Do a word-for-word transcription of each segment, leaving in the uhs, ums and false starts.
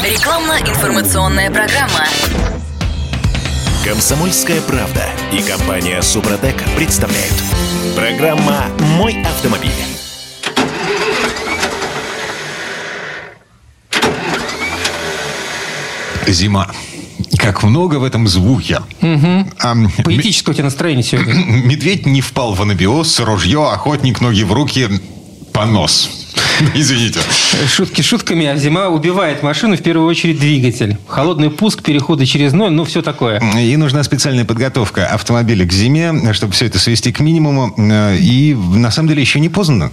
Рекламно-информационная программа. «Комсомольская правда» и компания «Супротек» представляют. Программа «Мой автомобиль». Зима. Как много в этом звуке. Угу. А, Поэтическое у тебя настроение сегодня. Медведь не впал в анабиоз, ружье, охотник, ноги в руки, понос. Извините. Шутки шутками, а зима убивает машину, в первую очередь двигатель. Холодный пуск, переходы через ноль, ну все такое. И нужна специальная подготовка автомобиля к зиме, чтобы все это свести к минимуму. И на самом деле еще не поздно.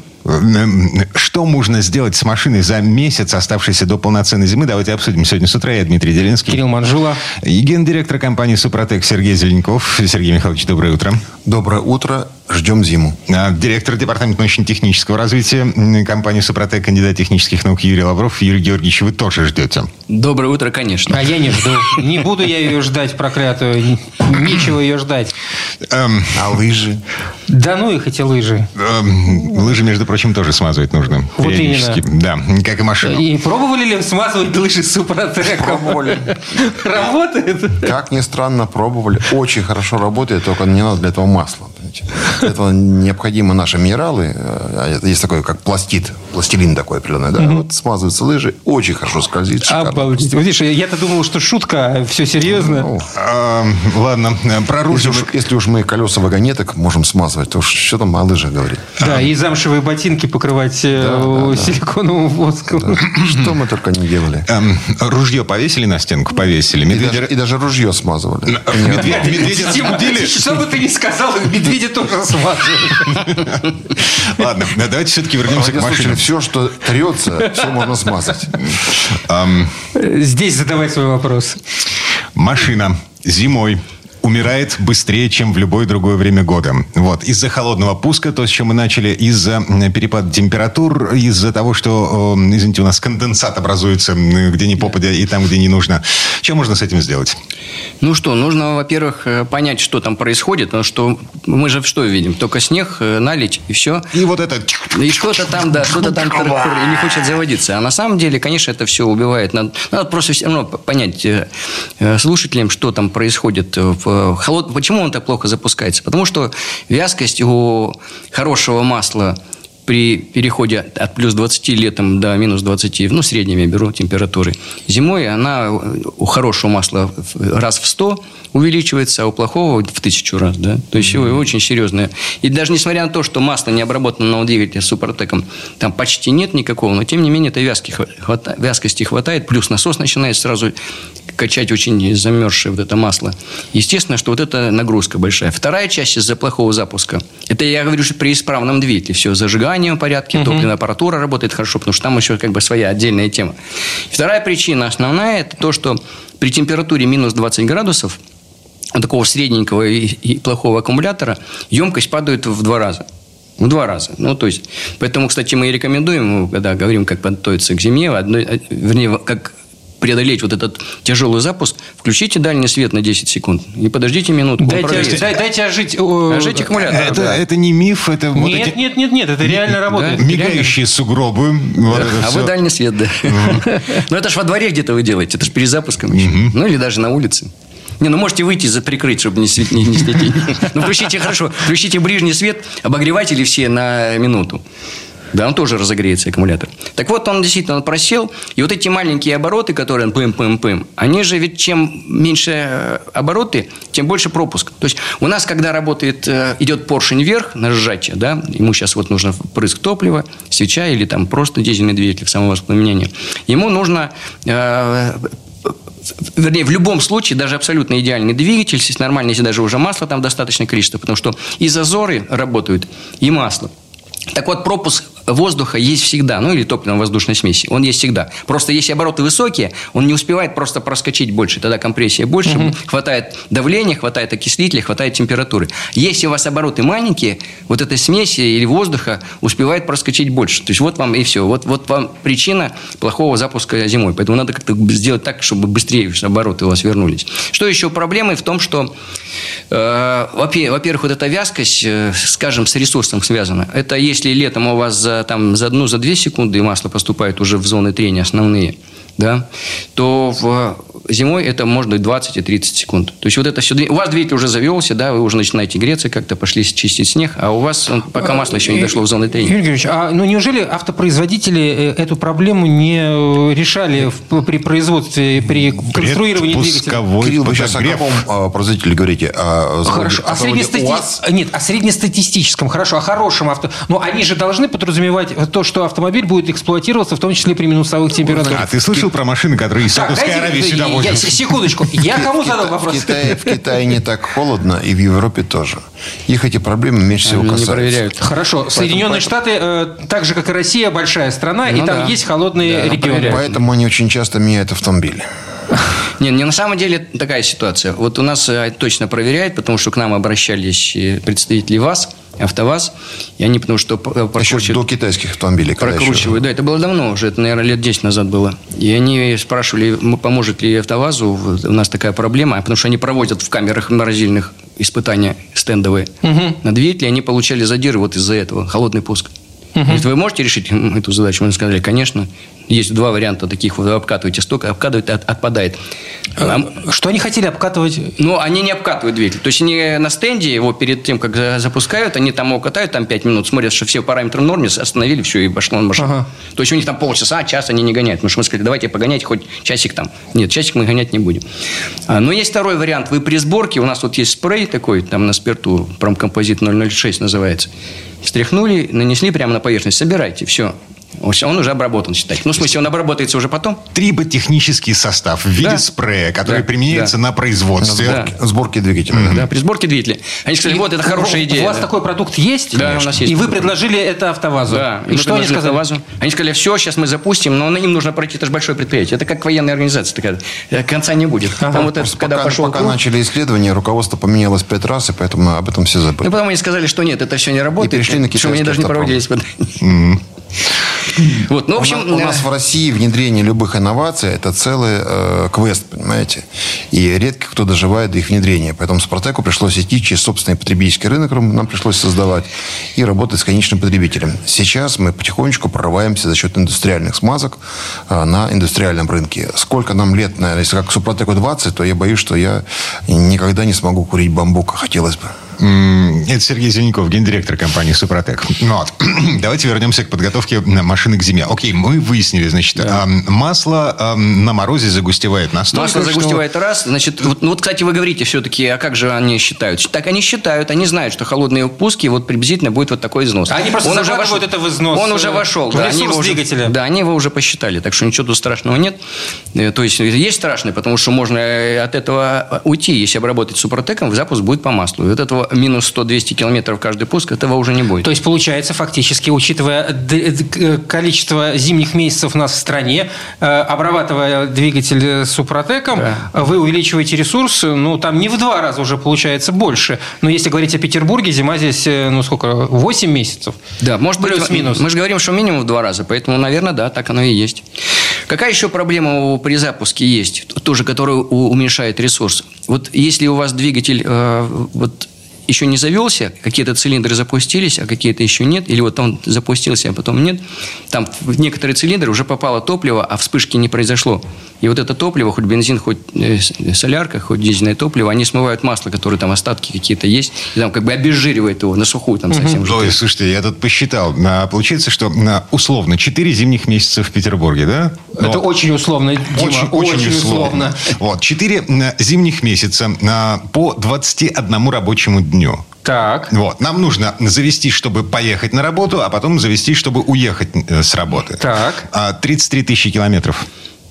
Что можно сделать с машиной за месяц, оставшийся до полноценной зимы? Давайте обсудим. Сегодня с утра я Дмитрий Делинский. Кирилл Манжула. И гендиректор компании «Супротек» Сергей Зеленков. Сергей Михайлович, доброе утро. Доброе утро. Ждем зиму. Директор департамента научно-технического развития компании «Супротек», кандидат технических наук Юрий Лавров. Юрий Георгиевич, вы тоже ждете? Доброе утро, конечно. А я не жду. Не буду я ее ждать, проклятую. Нечего ее ждать. Эм, А лыжи? Да ну их, эти лыжи. эм, лыжи, между прочим, тоже смазывать нужно. Вот периодически. Да, как и машину. И пробовали ли смазывать лыжи с Супротеком? Пробовали. Работает? Как ни странно, пробовали. Очень хорошо работает, только не надо для этого масла. Для этого необходимы наши минералы. Есть такой, как пластид. Пластилин такой определенный. Да? Угу. Вот смазываются лыжи. Очень хорошо скользит. Шикарно. Обалдеть. Вот видишь, я-то думал, что шутка, а все серьезно. Ну, А, ладно, про если, ружье. уж, если уж мы колеса вагонеток можем смазывать, то уж что там о лыжах говорить? Да, и замшевые ботинки покрывать Да, да, да. силиконовым воском. Да. Что мы только не делали. Эм, ружье повесили на стенку? Повесили. И Медведя... даже, и даже ружье смазывали. Медведя, медведя Тим, разбудили? что бы ты ни сказал, медведя тоже смазывают. Ладно, давайте все-таки В вернемся к радиослушателям, машине. все, что трется, все можно смазать. Эм, Здесь задавай свой вопрос. машина зимой умирает быстрее, чем в любое другое время года. Вот. Из-за холодного пуска, то, с чем мы начали, из-за перепада температур, из-за того, что, извините, у нас конденсат образуется где ни попадя и там, где не нужно. Что можно с этим сделать? Ну что, нужно, во-первых, понять, что там происходит. Потому что мы же что видим? Только снег, налить и все. И вот это... И что-то там, да, что-то там и не хочет заводиться. А на самом деле, конечно, это все убивает. Надо, надо просто все равно понять слушателям, что там происходит в холод... Почему он так плохо запускается? Потому что вязкость у хорошего масла при переходе от плюс двадцати летом до минус двадцати, ну, средними я беру температуры, зимой она у хорошего масла раз в сто увеличивается, а у плохого в тысячу раз, да? То есть mm-hmm. очень серьезная. И даже несмотря на то, что масло не обработанного двигателя с Супротеком там почти нет никакого, но тем не менее этой вязки хватает, вязкости хватает, плюс насос начинает сразу качать очень замерзшее вот это масло. Естественно, что вот это нагрузка большая. Вторая часть из-за плохого запуска. Это я говорю, что при исправном двигателе. Все, зажигание в порядке, uh-huh. топливная аппаратура работает хорошо, потому что там еще как бы своя отдельная тема. Вторая причина основная, это то, что при температуре минус двадцать градусов у такого средненького и, и плохого аккумулятора емкость падает в два раза. В два раза. Ну, то есть, поэтому, кстати, мы и рекомендуем, когда говорим, как подготовиться к зиме, одной, вернее, как преодолеть вот этот тяжелый запуск, включите дальний свет на десять секунд и подождите минутку. Дайте, дай, дайте ожить, ожить аккумулятор. Это, да. это не миф, это Нет, вот эти... нет, нет, нет, это реально работает. Да? Мигающие сугробы. Вот это А все. вы дальний свет, да. Ну, это ж во дворе где-то вы делаете, это ж перед запуском еще. Ну, или даже на улице. Не, ну можете выйти за прикрыть, чтобы не светить. Не, не светить. Ну, включите, хорошо, включите ближний свет, обогреватели все на минуту. Да, он тоже разогреется, аккумулятор. Так вот, он действительно просел. И вот эти маленькие обороты, которые пым-пым-пым, они же ведь чем меньше обороты, тем больше пропуск. То есть, у нас, когда работает, идет поршень вверх на сжатие, да, ему сейчас вот нужно впрыск топлива, свеча или там просто дизельный двигатель самовоспламенения, ему нужно... Э, Вернее, в любом случае, даже абсолютно идеальный двигатель, если нормально, если даже уже масла там достаточное количество, потому что и зазоры работают, и масло. Так вот, пропуск воздуха есть всегда, ну или топливно-воздушной смеси, он есть всегда. Просто если обороты высокие, он не успевает просто проскочить больше, тогда компрессия больше, угу. хватает давления, хватает окислителя, хватает температуры. Если у вас обороты маленькие, вот эта смесь или воздуха успевает проскочить больше. То есть вот вам и все. Вот, вот вам причина плохого запуска зимой. Поэтому надо как-то сделать так, чтобы быстрее обороты у вас вернулись. Что еще проблемой в том, что, э, во-первых, вот эта вязкость, э, скажем, с ресурсом связана. Это если летом у вас за, там, за одну, за две секунды масло поступает уже в зоны трения основные, да, то в, зимой это может быть двадцать и тридцать секунд. То есть вот это все... У вас двигатель уже завелся, да, вы уже начинаете греться как-то, пошли чистить снег, а у вас он, пока масло еще не дошло в зону трения. Юрий Георгиевич, а ну, неужели автопроизводители эту проблему не решали в, при производстве, при конструировании двигателя? Кирилл, вы сейчас о каком а, производителе говорите? О заводе, Хорошо, о, о среднестати... УАЗ? Нет, о среднестатистическом, хорошо, о хорошем авто. Но они же должны подразумевать то, что автомобиль будет эксплуатироваться, в том числе при минусовых температурах. А ты слышал про машины, которые из Саудовской Аравии сюда возят? Секундочку, я кому задал вопрос? В Китае, в Китае не так холодно, и в Европе тоже. Их эти проблемы меньше всего касаются. Не проверяют. Хорошо, поэтому, Соединенные поэтому... Штаты, э, так же, как и Россия, большая страна, ну, и там да. есть холодные да, регионы. Поэтому они очень часто меняют автомобили. Не, не на самом деле такая ситуация. Вот у нас точно проверяют, потому что к нам обращались представители ВАЗ, АвтоВАЗ, и они потому что прокручивают... Еще до китайских автомобилей. Прокручивают, еще... да, это было давно уже, это, наверное, лет десять назад было. И они спрашивали, поможет ли АвтоВАЗу, у нас такая проблема, потому что они проводят в камерах морозильных испытания стендовые угу. на двигатели, они получали задиры вот из-за этого, холодный пуск. Угу. Говорит, вы можете решить эту задачу? Мы сказали, конечно. Есть два варианта таких. Вы обкатываете сток, обкатываете, от, отпадает. Что они хотели обкатывать? Ну, они не обкатывают двигатель. То есть, они на стенде его перед тем, как запускают, они там его катают там пять минут, смотрят, что все параметры в норме, остановили, все, и пошло на машину. Ага. То есть, у них там полчаса, час они не гоняют. Потому что мы сказали, давайте погоняйте хоть часик там. Нет, часик мы гонять не будем. А, но есть второй вариант. Вы при сборке, у нас вот есть спрей такой, там на спирту, промкомпозит ноль ноль шесть называется. Стряхнули, нанесли прямо на поверхность. Собирайте, все. Он уже обработан, считайте. Ну, в смысле, он обработается уже потом. Триботехнический состав в виде да. спрея, который да. применяется да. на производстве. На сборке, сборке двигателя. Mm-hmm. Да, при сборке двигателя. Они сказали, и вот, это хорошая у, идея. У вас да. такой продукт есть? Да, у нас есть. И вы предложили это АвтоВАЗу? Да. И, и что они сказали? АвтоВАЗу. Они сказали, все, сейчас мы запустим, но им нужно пройти, это же большое предприятие. Это как военная организация такая. Конца не будет. Ага. Там вот это, когда пока, пошел пока круг... начали исследования, руководство поменялось пять раз, и поэтому об этом все забыли. Ну, потом они сказали, что нет, это все не работает. И перешли на китайский они даже не проводили испытания. Вот, ну, в общем, у, нас, у нас в России внедрение любых инноваций – это целый э, квест, понимаете? И редко кто доживает до их внедрения. Поэтому Супротеку пришлось идти через собственный потребительский рынок, нам пришлось создавать, и работать с конечным потребителем. Сейчас мы потихонечку прорываемся за счет индустриальных смазок э, на индустриальном рынке. Сколько нам лет, наверное, если как Супротеку двадцать, то я боюсь, что я никогда не смогу курить бамбук, хотелось бы. Это Сергей Зеленяков, гендиректор компании «Супротек». Вот. Давайте вернемся к подготовке машины к зиме. Окей, мы выяснили, значит, да. масло на морозе загустевает настолько, Масло что... загустевает раз. Значит, вот, ну вот, кстати, вы говорите все-таки, а как же они считают? Так они считают, они знают, что холодные пуски, вот приблизительно будет вот такой износ. Они просто он уже вошел, это в износ. Он уже вошел. Да, они его уже, да, они его уже посчитали, так что ничего тут страшного нет. То есть, есть страшное, потому что можно от этого уйти. Если обработать Супротеком, запуск будет по маслу. И от этого минус сто-двести километров каждый пуск, этого уже не будет. То есть, получается, фактически, учитывая количество зимних месяцев у нас в стране, обрабатывая двигатель Супротеком, да. вы увеличиваете ресурс, ну, там не в два раза уже получается больше. Но если говорить о Петербурге, зима здесь, ну, сколько, восемь месяцев? Да, может быть, плюс-минус. Мы же говорим, что минимум в два раза, поэтому, наверное, да, так оно и есть. Какая еще проблема при запуске есть, тоже, которая уменьшает ресурс? Вот если у вас двигатель, вот, еще не завелся, какие-то цилиндры запустились, а какие-то еще нет, или вот он запустился, а потом нет, там в некоторые цилиндры уже попало топливо, а вспышки не произошло. И вот это топливо, хоть бензин, хоть солярка, хоть дизельное топливо, они смывают масло, которое там остатки какие-то есть, и там как бы обезжиривает его на сухую там совсем. Угу. Ой, слушайте, я тут посчитал. Получается, что условно четыре зимних месяца в Петербурге, да? Но это очень условно, Дима. Очень, очень, очень условно. условно. Вот, четыре зимних месяца по двадцати одному рабочему дню. Так. Вот. Нам нужно завести, чтобы поехать на работу, а потом завести, чтобы уехать с работы. Так. тридцать три тысячи километров.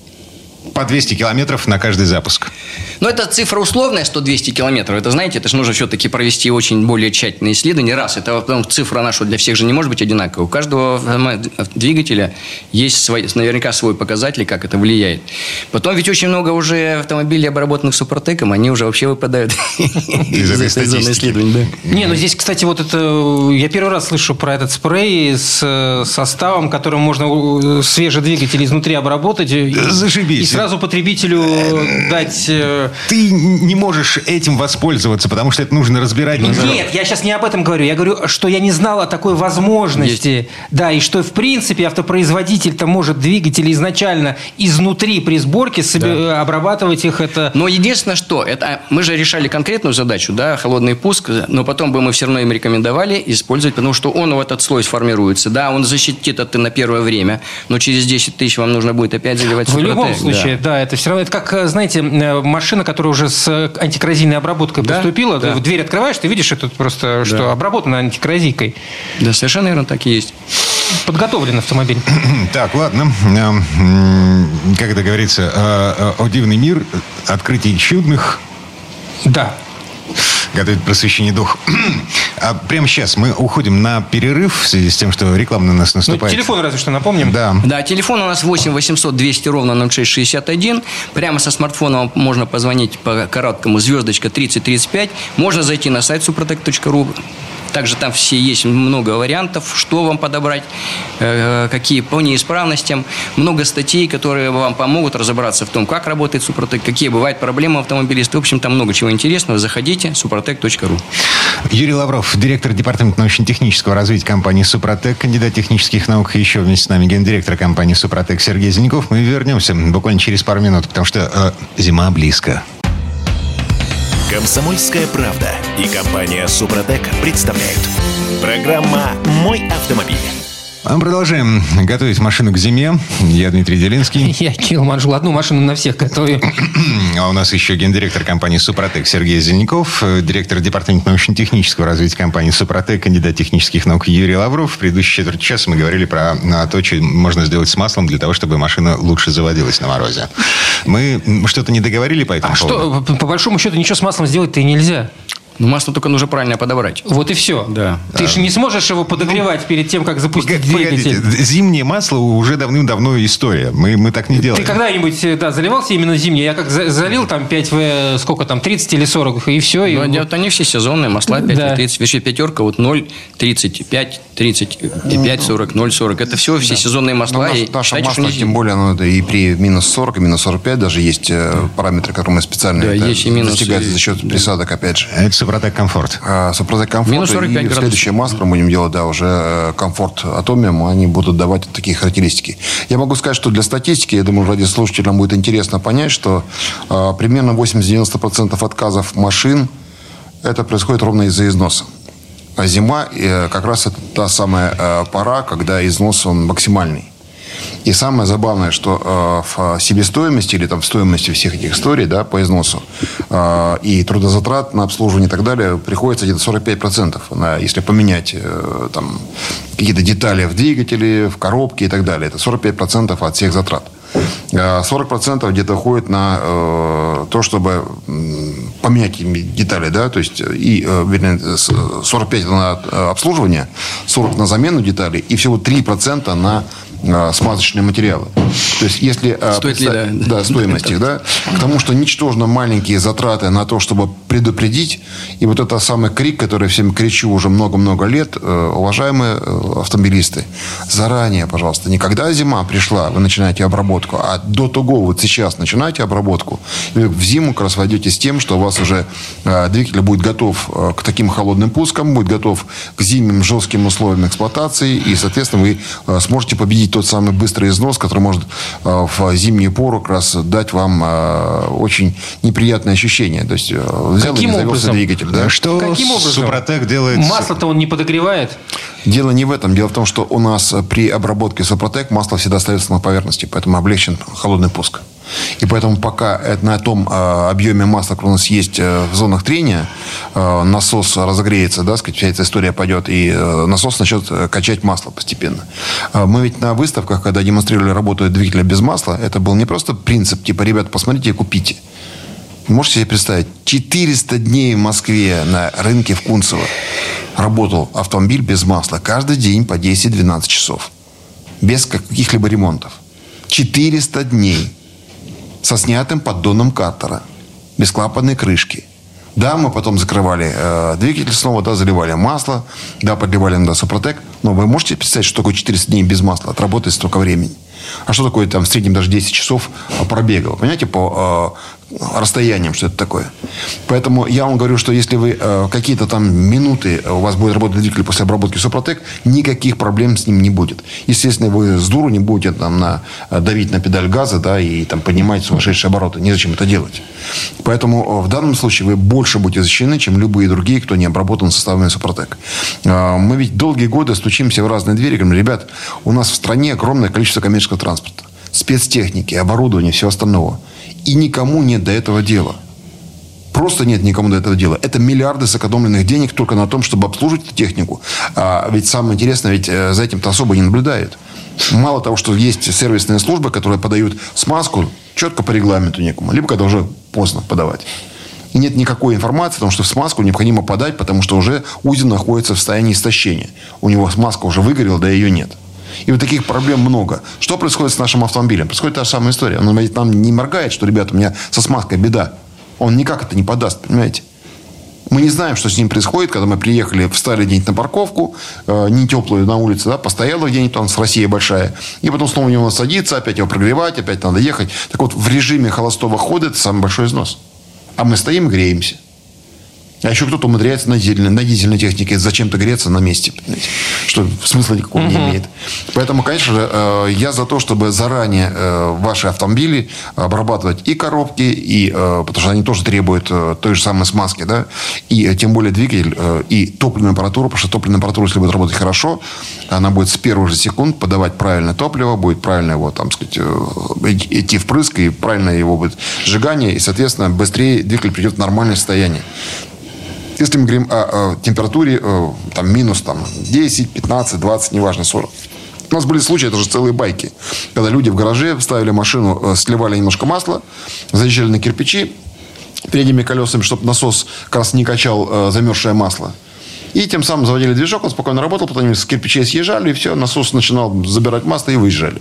По двести километров на каждый запуск. Но это цифра условная, сто-двести километров. Это, знаете, это же нужно все-таки провести очень более тщательные исследования. Раз, это потом цифра наша для всех же не может быть одинаковой. У каждого двигателя есть свой, наверняка свой показатель, как это влияет. Потом ведь очень много уже автомобилей, обработанных Супротеком, они уже вообще выпадают из этой зоны исследований. Не, ну здесь, кстати, вот это... Я первый раз слышу про этот спрей с составом, которым можно свежий двигатель изнутри обработать. Зашибись. сразу потребителю дать... Э... Ты не можешь этим воспользоваться, потому что это нужно разбирать. Нет, я сейчас не об этом говорю. Я говорю, что я не знал о такой возможности. Есть. Да, и что, в принципе, автопроизводитель-то может двигатели изначально изнутри при сборке себе, да. обрабатывать их. Это... Но единственное, что это, мы же решали конкретную задачу, да, холодный пуск, но потом бы мы все равно им рекомендовали использовать, потому что он в этот слой сформируется. Да, он защитит это на первое время, но через десять тысяч вам нужно будет опять заливать Супротек. В любом случае, да. да, это все равно, это как, знаете, машина, которая уже с антикоррозийной обработкой да? поступила, да. дверь открываешь, ты видишь, это просто, да. что обработано антикоррозийкой. Да, совершенно верно, так и есть. Подготовлен автомобиль. Так, ладно. Как это говорится, о дивный мир, открытий чудных. Да. Готовит просвещение дух. А прямо сейчас мы уходим на перерыв в связи с тем, что реклама на нас наступает. Ну, телефон разве что напомним. Да. Да, телефон у нас восемь восемьсот двести ровно ноль шесть шестьдесят один. Прямо со смартфона можно позвонить по короткому звездочка тридцать тридцать пять. Можно зайти на сайт супротек точка ру. Также там все есть много вариантов, что вам подобрать, э, какие по неисправностям. Много статей, которые вам помогут разобраться в том, как работает Супротек, какие бывают проблемы автомобилиста. В общем, там много чего интересного. Заходите, супротек точка ру. Юрий Лавров, директор департамента научно-технического развития компании «Супротек», кандидат технических наук, и еще вместе с нами гендиректор компании «Супротек» Сергей Зиняков. Мы вернемся буквально через пару минут, потому что э, зима близко. «Комсомольская правда» и компания «Супротек» представляют. Программа «Мой автомобиль». Мы продолжаем готовить машину к зиме. Я Дмитрий Делинский. Я Кирилл Манжул. Одну машину на всех готовим. А у нас еще гендиректор компании «Супротек» Сергей Зиняков, директор департамента научно-технического развития компании «Супротек», кандидат технических наук Юрий Лавров. В предыдущей четверти часа мы говорили про то, что можно сделать с маслом для того, чтобы машина лучше заводилась на морозе. Мы что-то не договорили по этому а поводу? Что, по большому счету, ничего с маслом сделать-то и нельзя. Ну, масло только нужно правильно подобрать. Вот и все. Да. Ты да. же не сможешь его подогревать ну, перед тем, как запустить двигатель. Погодите, зимнее масло уже давным-давно история. Мы, мы так не делаем. Ты когда-нибудь да, заливался именно зимнее? Я как залил там пять вэ, сколько там, тридцать или сорок, и все. Ну, и... вот они все сезонные масла, пять вэ тридцать. Вообще пятерка, вот ноль, тридцать пять, тридцать пять, сорок, ноль, сорок. Это все, все да. сезонные масла. Наше, и, наше считайте, масло, тем более, оно это и при минус сорок, и минус сорок пять даже есть да. параметры, которые мы специально да, есть достигаем и... за счет присадок, опять же. Это «Супротек Комфорт». Супротек Комфорт. Минус сорок пять и градусов. Следующее масло мы будем делать, да, уже Комфорт Атомиум. Они будут давать такие характеристики. Я могу сказать, что для статистики, я думаю, радиослушателям будет интересно понять, что э, примерно восемьдесят-девяносто процентов отказов машин это происходит ровно из-за износа. А зима э, как раз это та самая э, пора, когда износ он максимальный. И самое забавное, что э, в себестоимости или там, в стоимости всех этих историй да, по износу э, и трудозатрат на обслуживание и так далее приходится где-то сорок пять процентов, на, если поменять э, там, какие-то детали в двигателе, в коробке и так далее. Это сорок пять процентов от всех затрат. сорок процентов где-то уходит на э, то, чтобы э, поменять детали, да, то есть и, э, вернее, сорок пять процентов на обслуживание, сорок процентов на замену деталей и всего три процента на э, смазочные материалы. То есть, если э, Стоит ли, да? Да, стоимость их, да, к тому, что ничтожно маленькие затраты на то, чтобы предупредить, и вот это самый крик, который всем кричу уже много-много лет, э, уважаемые э, автомобилисты, заранее, пожалуйста, не когда зима пришла, вы начинаете обработку, а до того, вот сейчас начинаете обработку, и вы в зиму как раз войдете с тем, что у вас уже э, двигатель будет готов э, к таким холодным пускам, будет готов к зимним жестким условиям эксплуатации, и, соответственно, вы э, сможете победить тот самый быстрый износ, который может э, в зимнюю пору как раз дать вам э, очень неприятное ощущение. То есть э, взял Каким и завелся образом? двигатель. Да? Что Каким образом? «Супротек» делает? Масло-то он не подогревает? Дело не в этом. Дело в том, что у нас при обработке «Супротек» масло всегда остается на поверхности, поэтому облегчен холодный пуск. И поэтому пока на том э, объеме масла, который у нас есть э, в зонах трения, э, насос разогреется, да, сказать, вся эта история пойдет, и э, насос начнет качать масло постепенно. Э, мы ведь на выставках, когда демонстрировали работу двигателя без масла, это был не просто принцип, типа, ребят, посмотрите и купите. Можете себе представить, четыреста дней в Москве на рынке в Кунцево работал автомобиль без масла. Каждый день по десять-двенадцать часов. Без каких-либо ремонтов. четыреста дней. Со снятым поддоном картера. Без клапанной крышки. Да, мы потом закрывали э, двигатель снова, да, заливали масло. Да, подливали на «Супротек». Но вы можете представить, что такое четыреста дней без масла? Отработать столько времени. А что такое там в среднем даже десять часов пробега? Вы понимаете, по э, расстояниям, что это такое? Поэтому я вам говорю, что если вы э, какие-то там минуты у вас будет работать двигатель после обработки Супротек, никаких проблем с ним не будет. Естественно, вы с дуру не будете там на, давить на педаль газа, да, и там поднимать сумасшедшие обороты. Незачем это делать. Поэтому э, в данном случае вы больше будете защищены, чем любые другие, кто не обработан составами Супротек. Э, мы ведь долгие годы стучимся в разные двери, говорим: ребят, у нас в стране огромное количество коммерческого транспорта, спецтехники, оборудования, всего остального. И никому нет до этого дела. Просто нет никому до этого дела. Это миллиарды сэкономленных денег только на том, чтобы обслуживать эту технику. А ведь самое интересное, ведь за этим-то особо не наблюдают. Мало того, что есть сервисные службы, которые подают смазку четко по регламенту некому, либо когда уже поздно подавать. И нет никакой информации о том, что в смазку необходимо подать, потому что уже узел находится в состоянии истощения. У него смазка уже выгорела, да ее нет. И вот таких проблем много. Что происходит с нашим автомобилем? Происходит та же самая история. Он ведь нам не моргает, что, ребята, у меня со смазкой беда. Он никак это не подаст, понимаете? Мы не знаем, что с ним происходит, когда мы приехали, встали где-нибудь на парковку, э, не теплую на улице, да, постояла где-нибудь, там, с Россией большая, и потом снова у него садиться, опять его прогревать, опять надо ехать. Так вот, в режиме холостого хода это самый большой износ. А мы стоим и греемся. А еще кто-то умудряется на дизельной, на дизельной технике зачем-то греться на месте. Понимаете? Что смысла никакого uh-huh. не имеет. Поэтому, конечно же, я за то, чтобы заранее ваши автомобили обрабатывать и коробки, и, потому что они тоже требуют той же самой смазки, да, и тем более двигатель, и топливную аппаратуру, потому что топливная аппаратура, если будет работать хорошо, она будет с первых же секунд подавать правильное топливо, будет правильно его, там, сказать, идти впрыск, и правильно его будет сжигание, и, соответственно, быстрее двигатель придет в нормальное состояние. Если мы говорим о, о температуре о, там, минус там, десять, пятнадцать, двадцать, неважно, сорок. У нас были случаи, это же целые байки. Когда люди в гараже ставили машину, сливали немножко масла, заезжали на кирпичи передними колесами, чтобы насос как раз не качал э, замерзшее масло. И тем самым заводили движок, он спокойно работал, потом с кирпичей съезжали, и все, насос начинал забирать масло и выезжали.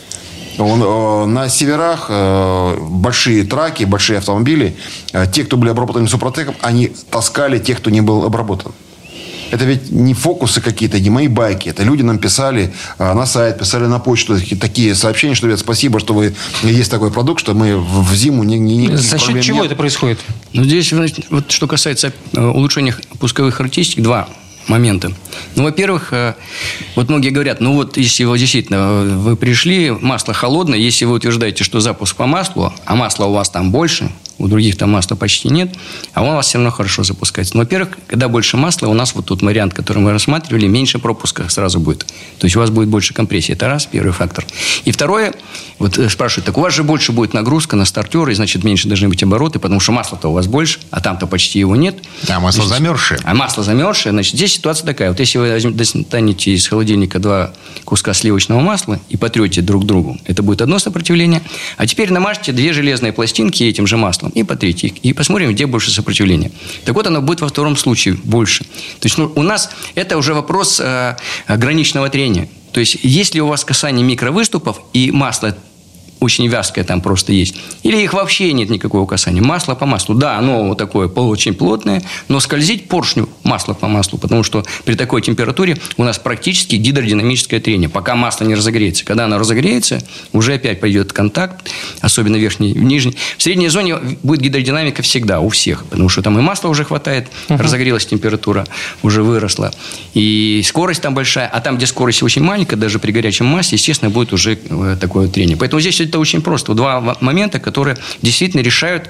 Он, э, на северах э, большие траки, большие автомобили, э, те, кто были обработаны Супротеком, они таскали тех, кто не был обработан. Это ведь не фокусы какие-то, не мои байки. Это люди нам писали э, на сайт, писали на почту такие, такие сообщения, что, ребят, спасибо, что вы есть такой продукт, что мы в, в зиму не, не, не За счет чего нет. Это происходит? Ну, здесь, вот, что касается улучшения пусковых характеристик, два момента. Ну, во-первых, вот многие говорят, ну вот, если вы действительно вы пришли, масло холодное, если вы утверждаете, что запуск по маслу, а масла у вас там больше, у других там масла почти нет, а он у вас все равно хорошо запускается. Но, во-первых, когда больше масла, у нас вот тут вариант, который мы рассматривали, меньше пропуска сразу будет. То есть у вас будет больше компрессии. Это раз, первый фактор. И второе, вот спрашивают, так у вас же больше будет нагрузка на стартер, и значит меньше должны быть обороты, потому что масла-то у вас больше, а там-то почти его нет. А масло значит, замерзшее. А масло замерзшее, значит, здесь ситуация такая. Вот если вы достанете из холодильника два куска сливочного масла и потрете друг к другу, это будет одно сопротивление. А теперь намажьте две железные пластинки этим же маслом и потрите их. И посмотрим, где больше сопротивления. Так вот, оно будет во втором случае больше. То есть, ну, у нас это уже вопрос э, граничного трения. То есть, если у вас касание микровыступов и масло очень вязкое там просто есть. Или их вообще нет никакого касания. Масло по маслу. Да, оно вот такое очень плотное, но скользить поршню масло по маслу, потому что при такой температуре у нас практически гидродинамическое трение, пока масло не разогреется. Когда оно разогреется, уже опять пойдет контакт, особенно верхний, нижний. В средней зоне будет гидродинамика всегда, у всех, потому что там и масла уже хватает, uh-huh. разогрелась температура, уже выросла. И скорость там большая, а там, где скорость очень маленькая, даже при горячем масле, естественно, будет уже такое трение. Поэтому здесь это очень просто. Два момента, которые действительно решают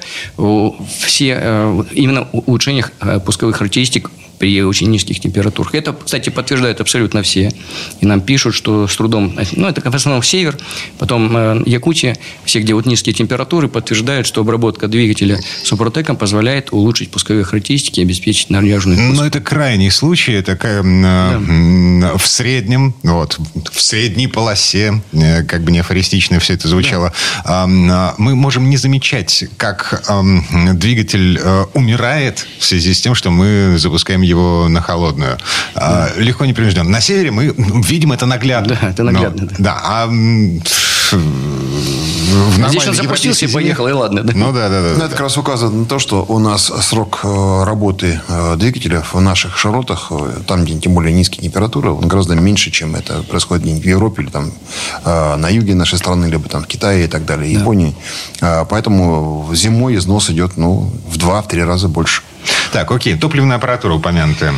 все именно улучшение пусковых характеристик при очень низких температурах. Это, кстати, подтверждают абсолютно все. И нам пишут, что с трудом... Ну, это в основном север, потом Якутия, все, где вот низкие температуры, подтверждают, что обработка двигателя Супротеком позволяет улучшить пусковые характеристики и обеспечить надежный пуск. Но это крайний случай. Это да. в среднем, вот, в средней полосе, как бы не афористично все это звучало, да. мы можем не замечать, как двигатель умирает в связи с тем, что мы запускаем его на холодную. Да. Легко, непринужденно. На севере мы видим это наглядно. Да, это наглядно. Но, да. да. А в Здесь он запустился и поехал, и ладно. Да? Ну да, да, да. Это как раз указывает на то, что у нас срок э, работы э, двигателя в наших широтах, э, там, где тем более низкие температуры, он гораздо меньше, чем это происходит где-нибудь в Европе или там э, на юге нашей страны, либо там в Китае и так далее, да. Японии. Э, поэтому зимой износ идет ну, в два-три раза больше. Так, окей. Топливная аппаратура упомянутая.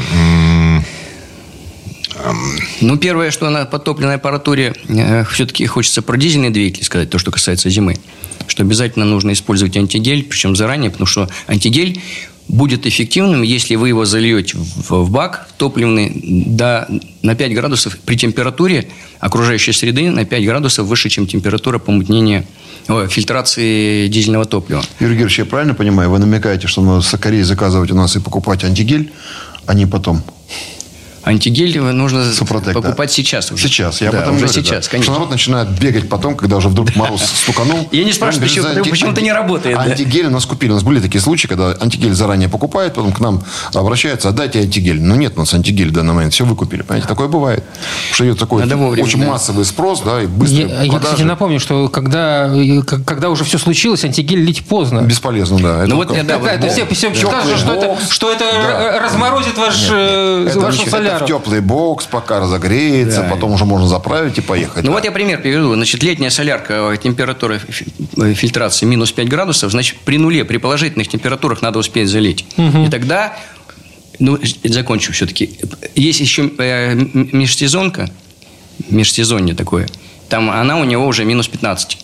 Ну, первое, что на подтопливной аппаратуре э, все-таки хочется про дизельные двигатели сказать, то, что касается зимы. Что обязательно нужно использовать антигель, причем заранее, потому что антигель будет эффективным, если вы его зальете в, в бак топливный до, на пять градусов при температуре окружающей среды на пять градусов выше, чем температура помутнения, о, фильтрации дизельного топлива. Юрий Георгиевич, я правильно понимаю, вы намекаете, что надо скорее заказывать у нас и покупать антигель, а не потом? Антигель нужно Супротек, покупать да. сейчас уже. Сейчас, я да, об этом уже говорю, сейчас, да. конечно. Что народ начинает бегать потом, когда уже вдруг мороз стуканул. Я не спрашиваю, почему, анти... почему-то не работает. Антигель у нас купили. У нас были такие случаи, когда антигель заранее покупают, потом к нам обращаются, отдайте антигель. Но нет у нас антигель в данный момент. Все выкупили. Понимаете, такое бывает. Потому что идет такой вовремя, очень да. массовый спрос, да, и быстрый Я, я, кстати, напомню, что когда, когда уже все случилось, антигель лить поздно. Бесполезно, да. Ну вот, как... да, да, вот, все, все скажут, что это, что это да. разморозит ваш, нет, нет. вашу это, соляру. Это в теплый бокс, пока разогреется, да. потом уже можно заправить и поехать. Ну да. вот я пример приведу. Значит, летняя солярка, температура фильтрации минус пять градусов, значит, при нуле, при положительных температурах надо успеть залить. Угу. И тогда, ну, закончу все-таки. Есть еще э, межсезонка, межсезонье такое, там она у него уже минус пятнадцать.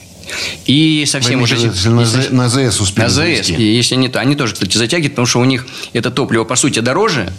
И совсем уже... На, на АЗС успели На АЗС. И если они, они тоже, кстати, затягивают, потому что у них это топливо, по сути, дороже,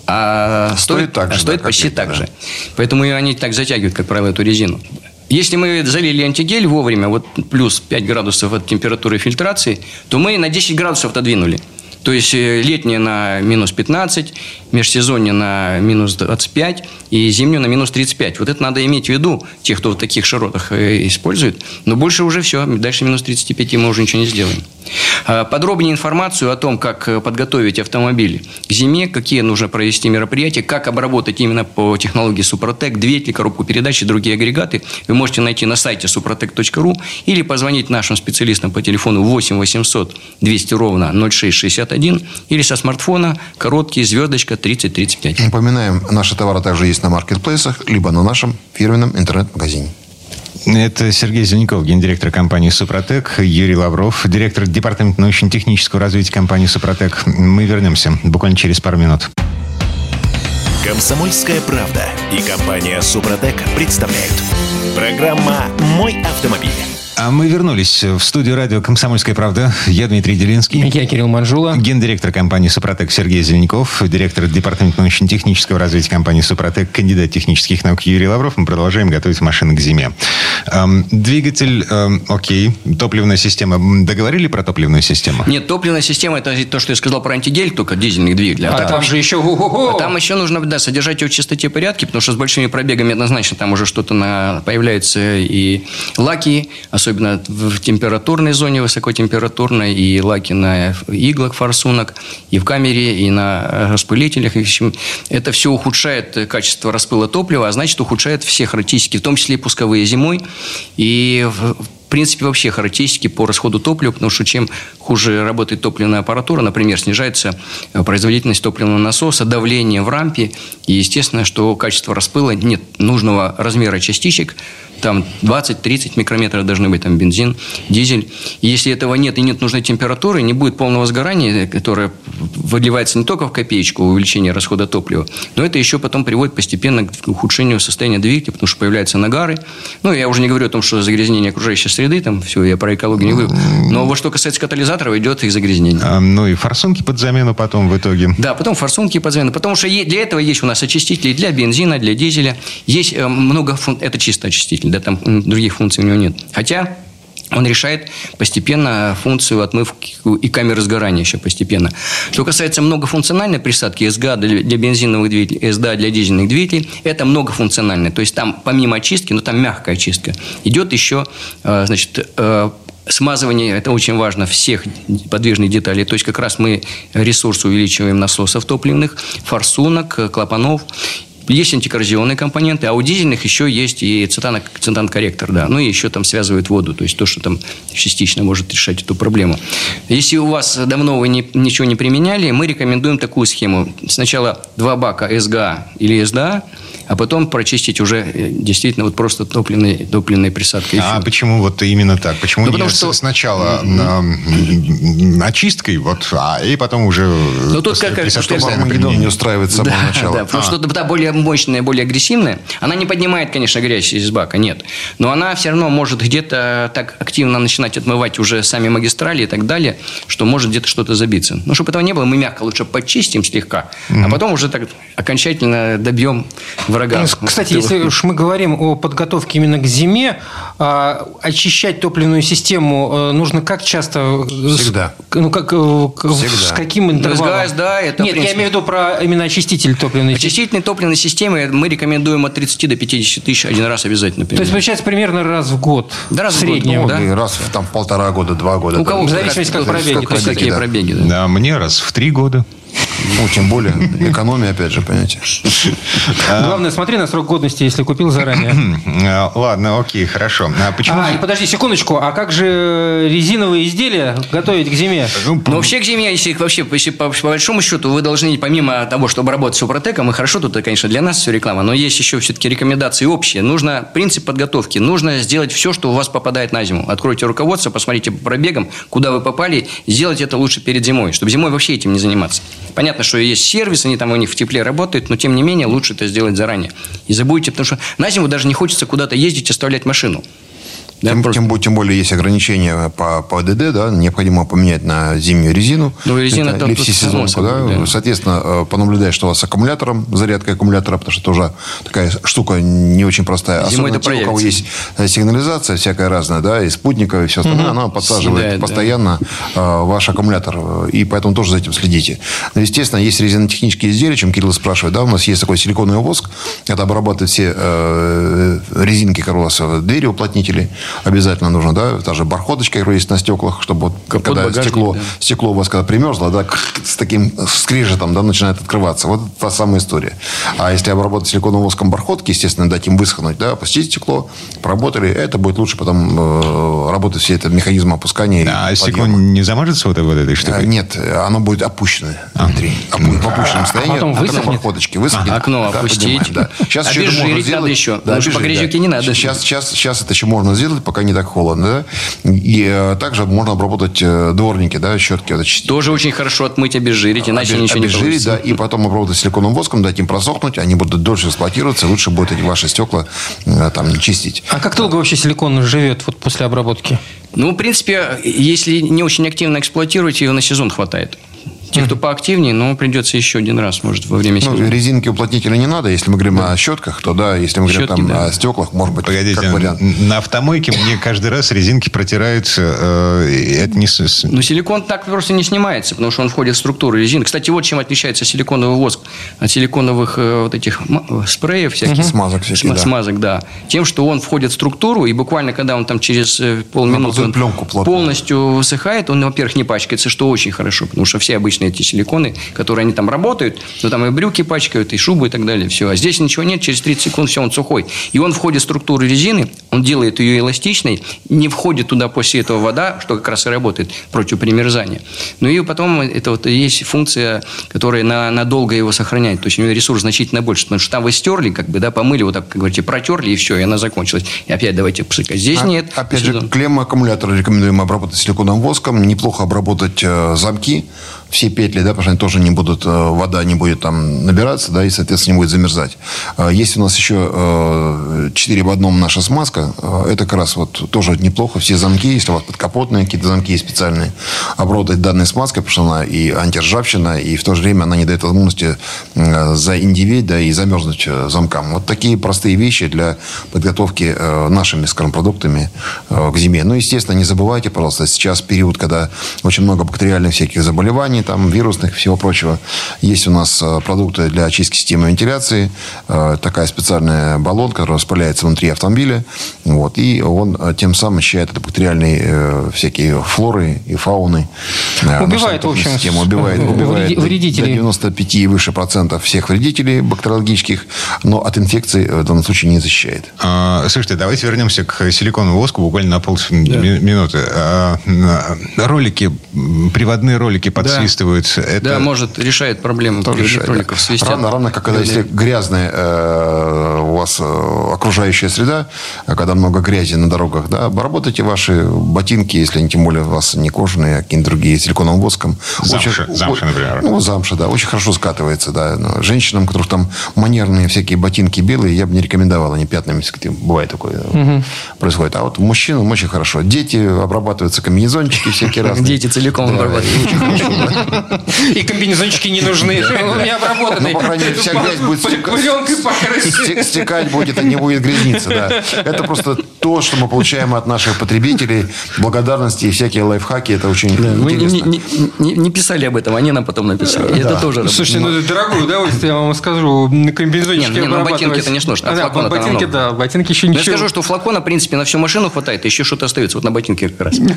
а стоит, стоит, так же, а стоит да, почти это, так да. же. Поэтому они так затягивают, как правило, эту резину. Если мы залили антигель вовремя, вот плюс пять градусов от температуры фильтрации, то мы на десять градусов отодвинули. То есть летнее на минус пятнадцать, межсезонье на минус двадцать пять и зимнее на минус тридцать пять. Вот это надо иметь в виду, тех, кто в таких широтах использует. Но больше уже все. Дальше минус тридцать пять мы уже ничего не сделаем. Подробнее информацию о том, как подготовить автомобиль к зиме, какие нужно провести мероприятия, как обработать именно по технологии Супротек, двигатель, коробку передач и другие агрегаты, вы можете найти на сайте супротек точка ру или позвонить нашим специалистам по телефону восемь восемьсот двести ровно ноль шесть шестьдесят один или со смартфона короткий звездочка тридцать тридцать пять. Напоминаем, наши товары также есть на маркетплейсах, либо на нашем фирменном интернет-магазине. Это Сергей Зеленков, гендиректор компании «Супротек», Юрий Лавров, директор департамента научно-технического развития компании «Супротек». Мы вернемся буквально через пару минут. «Комсомольская правда» и компания «Супротек» представляют. Программа «Мой автомобиль». А мы вернулись в студию радио «Комсомольская правда». Я Дмитрий Делинский. Я Кирилл Манжула. Гендиректор компании «Супротек» Сергей Зеленков. Директор департамента научно-технического развития компании «Супротек», кандидат технических наук Юрий Лавров. Мы продолжаем готовить машины к зиме. Эм, двигатель, эм, окей. Топливная система. Договорили про топливную систему? Нет, топливная система – это то, что я сказал про антигель, только дизельных двигателей. А, а там же еще... А там еще нужно, да, содержать его в чистоте и порядке, потому что с большими пробегами однозначно там уже что-то на... появляются и лаки, особенно в температурной зоне, высокотемпературной, и лаки на иглах форсунок, и в камере, и на распылителях. И в общем, это все ухудшает качество распыла топлива, а значит, ухудшает все характеристики, в том числе и пусковые зимой. И в принципе, вообще характеристики по расходу топлива, потому что чем хуже работает топливная аппаратура, например, снижается производительность топливного насоса, давление в рампе, и естественно, что качество распыла, нет нужного размера частичек, там двадцать-тридцать микрометров должны быть, там бензин, дизель. И если этого нет и нет нужной температуры, не будет полного сгорания, которое выливается не только в копеечку увеличения расхода топлива, но это еще потом приводит постепенно к ухудшению состояния двигателя, потому что появляются нагары. Ну, я уже не говорю о том, что загрязнение окружающей среды, там все, я про экологию не говорю. Но вот что касается катализаторов, идет их загрязнение. А, ну и форсунки под замену потом в итоге. Да, потом форсунки под замену. Потому что для этого есть у нас очистители для бензина, для дизеля. Есть много функций. Это чисто очиститель, да, там других функций у него нет. Хотя он решает постепенно функцию отмывки и камеры сгорания еще постепенно. Что касается многофункциональной присадки эс гэ а для, для бензиновых двигателей, эс дэ а для дизельных двигателей, это многофункциональное. То есть там помимо очистки, но там мягкая очистка, идет еще, значит, смазывание, это очень важно, всех подвижных деталей. То есть как раз мы ресурс увеличиваем насосов топливных, форсунок, клапанов. Есть антикоррозионные компоненты, а у дизельных еще есть и цетано, цетан-корректор, да. Ну, и еще там связывают воду, то есть то, что там частично может решать эту проблему. Если у вас давно вы не, ничего не применяли, мы рекомендуем такую схему. Сначала два бака эс гэ а или эс дэ а, а потом прочистить уже действительно вот просто топливной, топливной присадкой. А почему вот именно так? Почему ну, не потому что... сначала mm-hmm. очисткой, вот, а, и потом уже ну, тут как, присадкой? Чтобы Армагеддон не устраивает с самого да, начала. Да, потому а. что та более мощная, более агрессивная, она не поднимает, конечно, грязь из бака, нет. Но она все равно может где-то так активно начинать отмывать уже сами магистрали и так далее, что может где-то что-то забиться. Но чтобы этого не было, мы мягко лучше почистим слегка, mm-hmm. а потом уже так окончательно добьем врага. Кстати, если уж мы говорим о подготовке именно к зиме, очищать топливную систему нужно как часто? Всегда. Ну, как, Всегда. С каким интервалом? эс гэ а, да, это, Нет, принципе... я имею в виду про именно очиститель топливной системы. Очистительной топливной системы мы рекомендуем от тридцати до пятидесяти тысяч один раз обязательно. То есть, получается, примерно раз в год? Да, раз в среднем, в год. Ну, да? Раз в там, полтора года, два года. У кого, в зависимости, как пробеги. Как какие да. пробеги, да. Да, мне раз в три года. Ну, тем более, экономия, опять же, понимаете. Главное, смотри на срок годности, если купил заранее. Ладно, окей, хорошо. А, почему? а, и подожди секундочку, а как же резиновые изделия готовить к зиме? Ну, вообще к зиме, если вообще, если по, по большому счету, вы должны, помимо того, чтобы работать с Супротеком, и хорошо, тут, конечно, для нас все реклама, но есть еще все-таки рекомендации общие. Нужно, принцип подготовки, нужно сделать все, что у вас попадает на зиму. Откройте руководство, посмотрите по пробегам, куда вы попали, сделать это лучше перед зимой, чтобы зимой вообще этим не заниматься. Понятно, что есть сервис, они там у них в тепле работают, но тем не менее лучше это сделать заранее. И забудьте, потому что на зиму даже не хочется куда-то ездить, оставлять машину. Да, тем, просто... тем, тем более есть ограничения по, по ДД, да, необходимо поменять на зимнюю резину. Ну, резина это, или всесезонку, да. Да. Соответственно, понаблюдать, что у вас с аккумулятором, зарядка аккумулятора, потому что это уже такая штука не очень простая. Зимой особенно те, у кого есть сигнализация всякая разная, да, и спутниковая, и все остальное, угу. она подсаживает Съедает, постоянно да. ваш аккумулятор, и поэтому тоже за этим следите. Но, естественно, есть резинотехнические изделия, чем Кирилл спрашивает, да, у нас есть такой силиконовый воск, это обрабатывает все э, резинки, которые у вас, двери уплотнители, обязательно нужно, да, та же бархоточка, которая есть на стеклах, чтобы вот, когда стекло, да. стекло у вас когда примерзло, да, с таким скрежетом, да, начинает открываться. Вот та самая история. А если обработать силиконовым воском бархотки, естественно, дать им высохнуть, да, опустить стекло, поработали, это будет лучше потом э, работать все это механизм опускания. А стекло не замажется вот, вот этой штукой? Нет, оно будет опущено а. внутри. Опу- в опущенном состоянии. А потом высохнет? Бархоточки высохнет. А, окно да, опустить. Да. Сейчас еще это можно сделать. Надо еще. Да, потому что по грязюке да. не надо. Сейчас, сейчас, сейчас это еще можно сделать, пока не так холодно. Да? И а, также можно обработать э, дворники, да, щетки. Вот, тоже очень хорошо отмыть, обезжирить, иначе Обез, ничего не получится. Да, и потом обработать силиконовым воском, дать им просохнуть, они будут дольше эксплуатироваться, лучше будет эти ваши стекла э, там не чистить. А как долго вообще силикон живет вот после обработки? Ну, в принципе, если не очень активно эксплуатировать, его на сезон хватает. Те, кто поактивнее, но придется еще один раз, может, во время сезона. Ну, резинки уплотнителя не надо. Если мы говорим да. о щетках, то да. Если мы говорим там, да. о стеклах, может быть, Погодите, как вариант. На автомойке мне каждый раз резинки протираются. Э, это не... Ну, силикон так просто не снимается, потому что он входит в структуру резины. Кстати, вот чем отличается силиконовый воск от силиконовых э, вот этих спреев всяких. Угу. Смазок всяких, См- Смазок, да. Тем, что он входит в структуру, и буквально, когда он там через полминуты он полностью высыхает, он, во-первых, не пачкается, что очень хорошо, потому что все обычные эти силиконы, которые они там работают, но там и брюки пачкают, и шубы и так далее. Все. А здесь ничего нет, через тридцать секунд все, он сухой. И он входит в структуру резины, он делает ее эластичной, не входит туда после этого вода, что как раз и работает против примерзания. Ну и потом это вот есть функция, которая на, надолго его сохраняет. То есть у него ресурс значительно больше, потому что там вы стерли, как бы, да, помыли, вот так, как говорите, протерли, и все, и она закончилась. И опять давайте пшикать. Здесь а, нет. Опять же, клеммы аккумулятора рекомендуем обработать силиконовым воском. Неплохо обработать э, замки. Все петли, да, потому что они тоже не будут, вода не будет там набираться, да, и, соответственно, не будет замерзать. Есть у нас еще четыре в одном наша смазка. Это как раз вот тоже неплохо. Все замки, если у вас подкапотные какие-то замки специальные, обработать данной смазкой, потому что она и антиржавчина, и в то же время она не дает возможности заиндиветь, да, и замерзнуть замкам. Вот такие простые вещи для подготовки нашими, скажем, продуктами к зиме. Ну, естественно, не забывайте, пожалуйста, сейчас период, когда очень много бактериальных всяких заболеваний, там, вирусных и всего прочего. Есть у нас продукты для очистки системы вентиляции. Такая специальная баллонка, которая распыляется внутри автомобиля. Вот, и он тем самым очищает от бактериальной всякие флоры и фауны. Убивает, в общем, систему. Убивает, убивает вредителей. До девяносто пять и выше процентов всех вредителей бактериологических, но от инфекций в данном случае не защищает. А, слушайте, давайте вернемся к силиконовому воску буквально на полминуты. Да. А, ролики, приводные ролики подсвистывают. Да, это... да, может, решает проблему приводных роликов. Свистят. Равно, равно как когда, если грязная э, у вас э, окружающая среда, когда много грязи на дорогах, да, обработайте ваши ботинки, если они тем более у вас не кожаные, а какие-нибудь другие силиконовым воском. Замша, очень, замша, например. Ну, замша, да, очень хорошо скатывается, да. Но женщинам, у которых там манерные всякие ботинки белые, я бы не рекомендовал, они пятнами, бывает такое, угу. происходит. А вот мужчинам очень хорошо. Дети обрабатываются, комбинезончики всякие разные. Дети целиком обрабатывают. И комбинезончики не нужны, не обработаны. Ну, по крайней мере, вся грязь будет стекать, будет, а не будет грязниться, да. Это просто то, что мы получаем от наших потребителей, благодарности и всякие лайфхаки, это очень да, интересно. Мы не, не, не, не писали об этом, они нам потом написали. Да. Это тоже. Слушайте, ну это дорогое удовольствие, я вам скажу. Комбинезончики не, не, ну, ботинки это не нужно. А, да, ботинки, да, ботинки еще ничего. Я скажу, что флакона, в принципе, на всю машину хватает, еще что-то остается. Вот на ботинке как раз.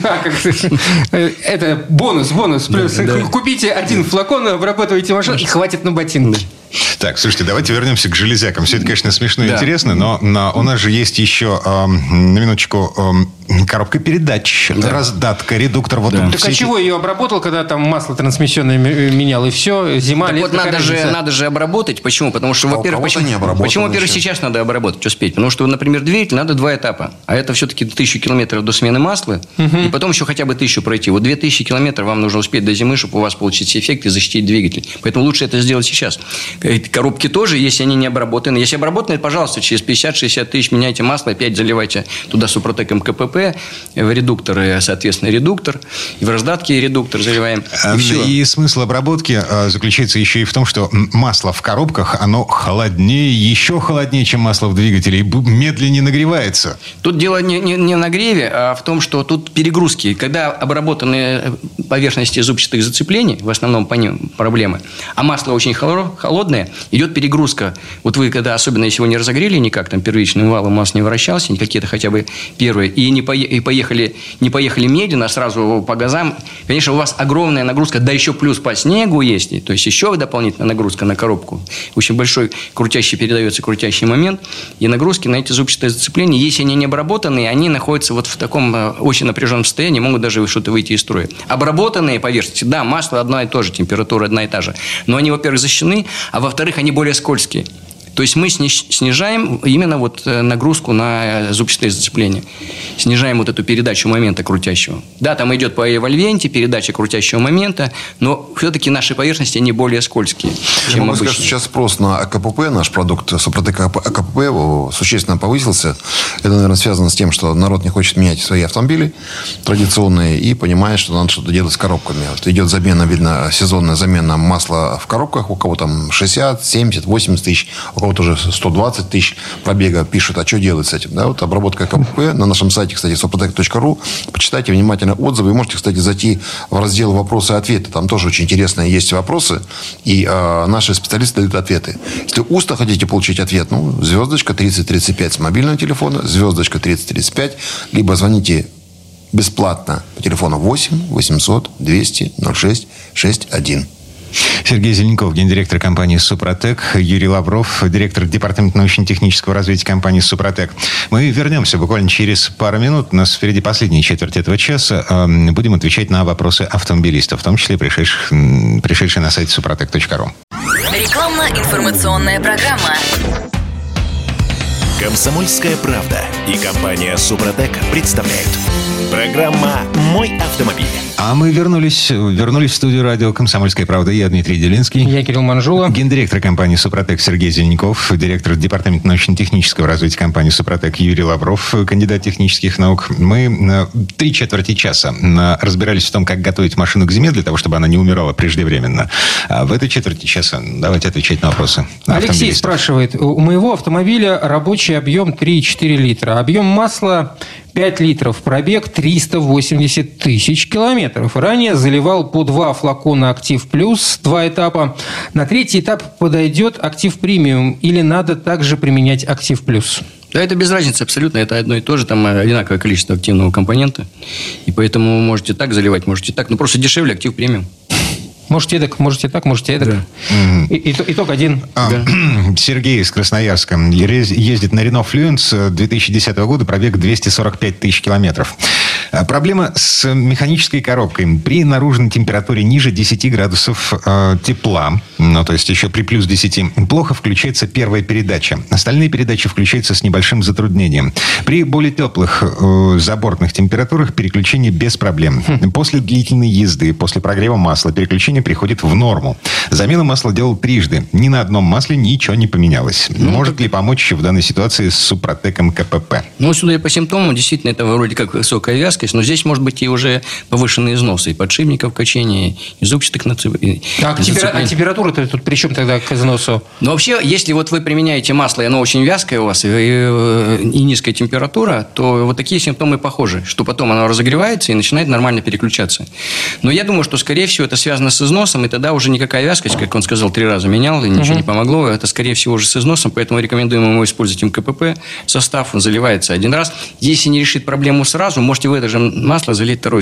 Это бонус, бонус. Купите один флакон, обрабатывайте машину, и хватит на ботинки. Так, слушайте, давайте вернемся к железякам. Все это, конечно, смешно и да. интересно, но, но у нас же есть еще, э, на минуточку, э, коробка передач, да. раздатка, редуктор. Вот да. Так а эти... чего ее обработал, когда там масло трансмиссионное менял, и все, зима, так лето? Вот надо же, надо же обработать. Почему? Потому что, а во-первых, почему, почему во-первых, сейчас надо обработать, успеть? Потому что, например, двигатель надо два этапа. А это все-таки тысячу километров до смены масла, угу. и потом еще хотя бы тысячу пройти. Вот две тысячи километров вам нужно успеть до зимы, чтобы у вас получить эффект и защитить двигатель. Поэтому лучше это сделать сейчас. Коробки тоже, если они не обработаны. Если обработаны, пожалуйста, через пятьдесят-шестьдесят тысяч меняйте масло, опять заливайте туда Супротек МКПП, в редуктор, соответственно, редуктор, и в раздатке редуктор заливаем. И, и смысл обработки заключается еще и в том, что масло в коробках, оно холоднее, еще холоднее, чем масло в двигателе, и медленнее нагревается. Тут дело не, не, не в нагреве, а в том, что тут перегрузки. Когда обработаны поверхности зубчатых зацеплений, в основном по ним проблемы, а масло очень холодное, идет перегрузка. Вот вы, когда, особенно если его не разогрели никак, там первичным валом масла не вращался, какие-то хотя бы первые, и не и поехали, не поехали медленно, а сразу по газам, конечно, у вас огромная нагрузка, да еще плюс по снегу есть, то есть еще дополнительная нагрузка на коробку. Очень большой крутящий, передается крутящий момент, и нагрузки на эти зубчатые зацепления, если они не обработанные, они находятся вот в таком очень напряженном состоянии, могут даже что-то выйти из строя. Обработанные поверхности, да, масло одна и та же, температура одна и та же, но они, во-первых, защищены, а во-вторых, они более скользкие. То есть мы снижаем именно вот нагрузку на зубчатые зацепления. Снижаем вот эту передачу момента крутящего. Да, там идет по эвольвенте передача крутящего момента, но все-таки наши поверхности, они более скользкие, чем могу обычно. Сказать, сейчас спрос на АКПП, наш продукт Супротек АКПП, существенно повысился. Это, наверное, связано с тем, что народ не хочет менять свои автомобили традиционные и понимает, что надо что-то делать с коробками. Вот идет замена, видно, сезонная замена масла в коробках. У кого там шестьдесят, семьдесят, восемьдесят тысяч, у кого-то уже сто двадцать тысяч пробега пишут, а что делать с этим? Да, вот обработка АКПП на нашем сайте, кстати, супротек точка ру. Почитайте внимательно отзывы. Вы можете, кстати, зайти в раздел «Вопросы и ответы». Там тоже очень интересные есть вопросы. И э, наши специалисты дают ответы. Если устно хотите получить ответ, ну, звездочка тридцать тридцать пять с мобильного телефона, звездочка тридцать тридцать пять, либо звоните бесплатно по телефону восемь восемьсот двести ноль шесть шестьдесят один. Сергей Зеленков, гендиректор компании «Супротек», Юрий Лавров, директор департамента научно-технического развития компании «Супротек». Мы вернемся буквально через пару минут. У нас впереди последняя четверть этого часа. Будем отвечать на вопросы автомобилистов, в том числе пришедших, пришедшие на сайт супротек точка ру. Рекламно-информационная программа. «Комсомольская правда» и компания «Супротек» представляют. Программа «Мой автомобиль». А мы вернулись, вернулись в студию радио «Комсомольская правда». Я Дмитрий Делинский. Я Кирилл Манжула. Гендиректор компании «Супротек» Сергей Зеленков. Директор департамента научно-технического развития компании «Супротек» Юрий Лавров, кандидат технических наук. Мы три четверти часа разбирались в том, как готовить машину к зиме, для того, чтобы она не умирала преждевременно. А в этой четверти часа давайте отвечать на вопросы. Алексей спрашивает. У моего автомобиля рабочий объем три и четыре литра. Объем масла пять литров. Пробег триста восемьдесят тысяч километров. Ранее заливал по два флакона «Актив Плюс», два этапа. На третий этап подойдет «Актив Премиум» или надо также применять «Актив Плюс»? Да, это без разницы абсолютно. Это одно и то же. Там одинаковое количество активного компонента. И поэтому можете так заливать, можете так. Ну, просто дешевле актив премиум. Можете эдак, можете так, можете эдак. Да. И, и, итог один. А, да. Сергей из Красноярска ездит на Renault Fluence две тысячи десятого года, пробег двести сорок пять тысяч километров. Проблема с механической коробкой. При наружной температуре ниже десяти градусов э, тепла, ну, то есть еще при плюс десяти, плохо включается первая передача. Остальные передачи включаются с небольшим затруднением. При более теплых э, забортных температурах переключение без проблем. После длительной езды, после прогрева масла, переключение приходит в норму. Замену масла делал трижды. Ни на одном масле ничего не поменялось. Ну, Может так... ли помочь в данной ситуации с Супротеком КПП? Ну, судя по симптомам, действительно, это вроде как высокая вязкость, но здесь, может быть, и уже повышенные износы и подшипников качения, и зубчатых нацеплений. А, темпера... а температура-то тут при чем тогда к износу? Ну, вообще, если вот вы применяете масло, и оно очень вязкое у вас, и, и, и низкая температура, то вот такие симптомы похожи, что потом оно разогревается и начинает нормально переключаться. Но я думаю, что, скорее всего, это связано с износом, и тогда уже никакая вязкость, как он сказал, три раза менял, и ничего угу. не помогло. Это, скорее всего, уже с износом, поэтому рекомендуем ему использовать эм ка пэ пэ состав, он заливается один раз. Если не решит проблему сразу, можете в это же масло залить второй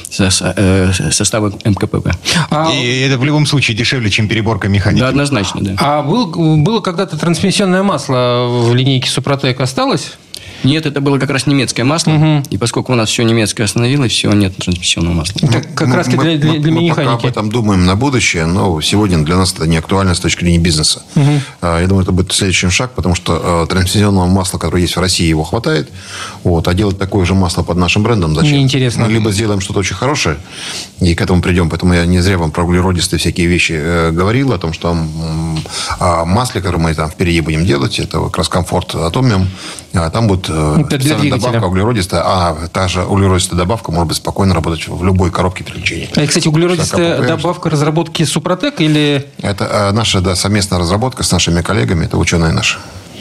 состав эм ка пэ пэ. А... И это в любом случае дешевле, чем переборка механики. Да, однозначно, да. А был, было когда-то трансмиссионное масло в линейке Супротек, осталось? Нет, это было как раз немецкое масло. Угу. И поскольку у нас все немецкое остановилось, все, нет трансмиссионного масла. Это как мы, раз для, для, для мы, механики. Мы пока об этом думаем на будущее, но сегодня для нас это не актуально с точки зрения бизнеса. Угу. Я думаю, это будет следующий шаг, потому что трансмиссионного масла, которое есть в России, его хватает. Вот, а делать такое же масло под нашим брендом зачем? Неинтересно. Мы либо сделаем что-то очень хорошее, и к этому придем. Поэтому я не зря вам про углеродистые всякие вещи э, говорил, о том, что о масле, которое мы там впереди будем делать, это как раз комфорт Атомиум, а там будет э, специальная добавка углеродистая, а та же углеродистая добавка может быть спокойно работать в любой коробке переключения. А, кстати, углеродистая добавка разработки Супротек или... Это э, наша да, совместная разработка с нашими коллегами, это ученые наши.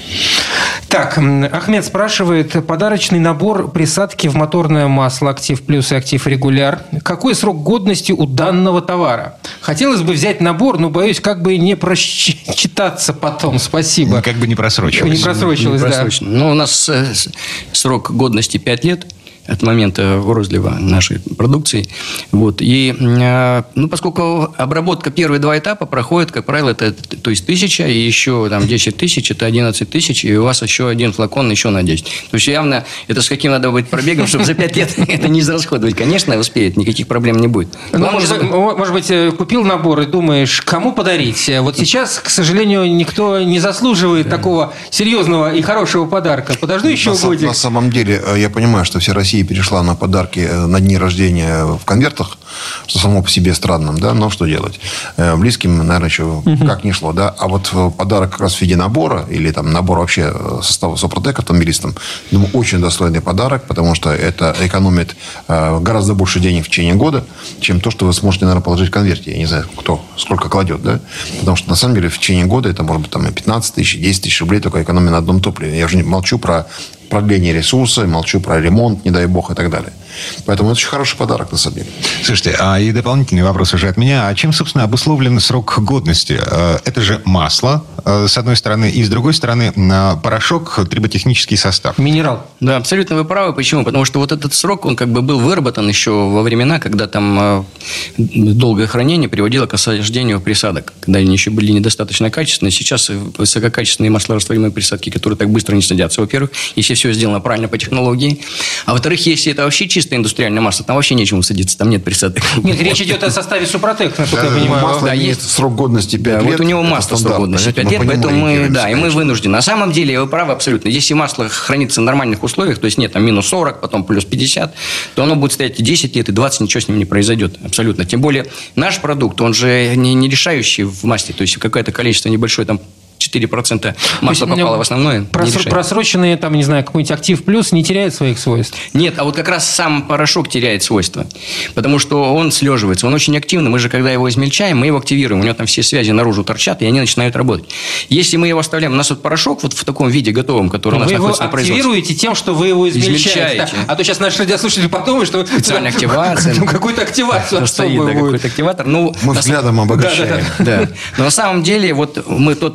Так, Ахмед спрашивает, подарочный набор присадки в моторное масло «Актив Плюс» и «Актив Регуляр». Какой срок годности у данного товара? Хотелось бы взять набор, но боюсь, как бы не просчитаться потом. Спасибо. Как бы не просрочилось. Не просрочилось, не да. просрочено. Ну, у нас срок годности пять лет. От момента розлива нашей продукции. Вот. И, ну, поскольку обработка первые два этапа проходит, как правило, это то есть тысяча, и еще там десять тысяч, это одиннадцать тысяч, и у вас еще один флакон еще на десять. То есть, явно, это с каким надо быть пробегом, чтобы за пять лет это не израсходовать. Конечно, успеет, никаких проблем не будет. Ну, может, быть, может быть, купил набор и думаешь, кому подарить? Вот сейчас, к сожалению, никто не заслуживает да. такого серьезного и хорошего подарка. Подожду еще на, годик. На самом деле, я понимаю, что вся Россия перешла на подарки на дни рождения в конвертах, что само по себе странным, да, но что делать? Близким, наверное, еще угу. как ни шло, да. А вот подарок как раз в виде набора, или там набор вообще состава Супротек автомобилистам, думаю, очень достойный подарок, потому что это экономит гораздо больше денег в течение года, чем то, что вы сможете, наверное, положить в конверте. Я не знаю, кто сколько кладет, да. Потому что, на самом деле, в течение года это может быть там и пятнадцать тысяч, десять тысяч рублей только экономия на одном топливе. Я уже не молчу про продление ресурса, молчу про ремонт, не дай бог, и так далее. Поэтому это очень хороший подарок, на самом деле. Слушайте, а и дополнительный вопрос уже от меня. А чем, собственно, обусловлен срок годности? Это же масло, с одной стороны, и с другой стороны, порошок, триботехнический состав. Минерал. Да, абсолютно вы правы. Почему? Потому что вот этот срок, он как бы был выработан еще во времена, когда там долгое хранение приводило к осаждению присадок, когда они еще были недостаточно качественные. Сейчас высококачественные маслорастворимые присадки, которые так быстро не садятся, во-первых, если все сделано правильно по технологии. А во-вторых, если это вообще чистое индустриальное масло, там вообще нечему садиться, там нет присадок. Нет, речь идет о составе Супротек, насколько я понимаю. Масло да, есть срок годности пять да, лет. Вот у него масло срок годности пять лет, поэтому мы, да, и мы вынуждены. На самом деле, вы правы абсолютно. Если масло хранится в нормальных условиях, то есть нет, там минус сорок, потом плюс пятьдесят, то оно будет стоять и десять лет, и двадцать, ничего с ним не произойдет. Абсолютно. Тем более, наш продукт, он же не, не решающий в масле, то есть какое-то количество небольшое там четыре процента масла попало в основное. Проср- просроченные, там, не знаю, какой-нибудь Актив Плюс не теряет своих свойств? Нет, а вот как раз сам порошок теряет свойства. Потому что он слеживается, он очень активный. Мы же, когда его измельчаем, мы его активируем. У него там все связи наружу торчат, и они начинают работать. Если мы его оставляем... У нас вот порошок вот в таком виде готовом, который у нас находится на производстве. Вы его активируете тем, что вы его измельчаете. измельчаете. Да. А то сейчас наши радиослушатели подумают, что... Специальная активация. Какую-то активацию стоит, да, какой-то активатор. Ну, мы взглядом обогащаем. Да. Но на самом деле, вот мы тот продукт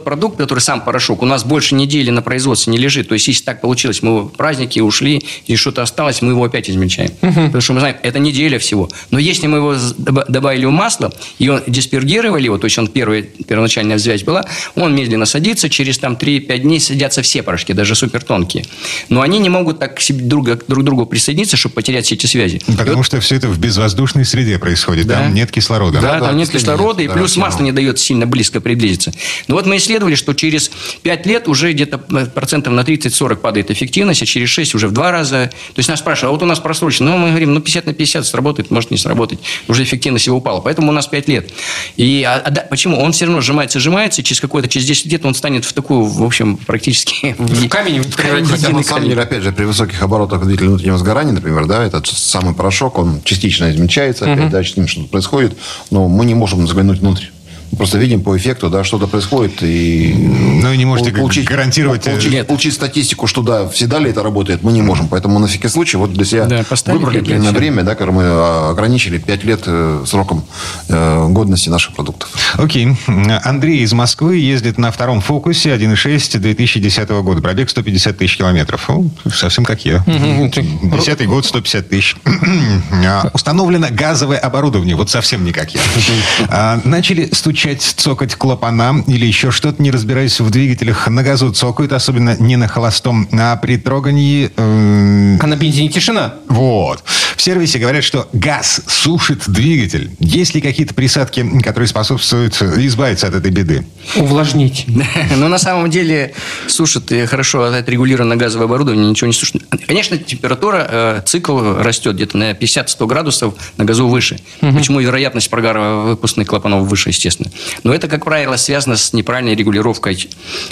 который сам порошок, у нас больше недели на производстве не лежит. То есть, если так получилось, мы в праздники ушли, и что-то осталось, мы его опять измельчаем. Угу. Потому что мы знаем, это неделя всего. Но если мы его добавили в масло, и он диспергировали его, то есть, он первый, первоначальная взвязь была, он медленно садится, через там три-пять дней садятся все порошки, даже супертонкие. Но они не могут так к себе друг, друг к другу присоединиться, чтобы потерять все эти связи. Потому вот, что все это в безвоздушной среде происходит, да. Там нет кислорода. Да, да там нет кислорода, нет, и плюс масло не дает сильно близко приблизиться. Но вот мы исследовали, что через пять лет уже где-то процентов на тридцать-сорок падает эффективность, а через шесть уже в два раза. То есть нас спрашивают, а вот у нас просрочено. Ну, мы говорим, ну, пятьдесят на пятьдесят сработает, может не сработать. Уже эффективность его упала. Поэтому у нас пять лет. И, а, а, да, почему? Он все равно сжимается, сжимается, и через какое-то, через десять лет он станет в такую, в общем, практически... В камень. Хотя, на самом деле, опять же, при высоких оборотах двигателя внутреннего сгорания, например, да, этот самый порошок, он частично измельчается, опять, uh-huh. да, с ним что-то происходит, но мы не можем заглянуть внутрь. Просто видим по эффекту, да, что-то происходит. И ну, и не можете получить, гарантировать... Получить, получить статистику, что да, всегда ли это работает, мы не можем. Поэтому на всякий случай вот для себя да, выбрали на время, да, когда мы ограничили пять лет сроком э, годности наших продуктов. Окей. Андрей из Москвы ездит на втором «Фокусе» один и шесть две тысячи десятого года. Пробег сто пятьдесят тысяч километров. О, совсем как я. Десятый год, сто пятьдесят тысяч. Установлено газовое оборудование. Вот совсем не как я. Начали стучать, цокать клапана или еще что-то, не разбираясь в двигателях. На газу цокают, особенно не на холостом, а при трогании... Э... А на бензине тишина. Вот. В сервисе говорят, что газ сушит двигатель. Есть ли какие-то присадки, которые способствуют избавиться от этой беды? Увлажнить. Но на самом деле сушит и хорошо отрегулировано газовое оборудование, ничего не сушит. Конечно, температура, цикл растет где-то на пятьдесят-сто градусов, на газу выше. Угу. Почему вероятность прогара выпускных клапанов выше, естественно. Но это, как правило, связано с неправильной регулировкой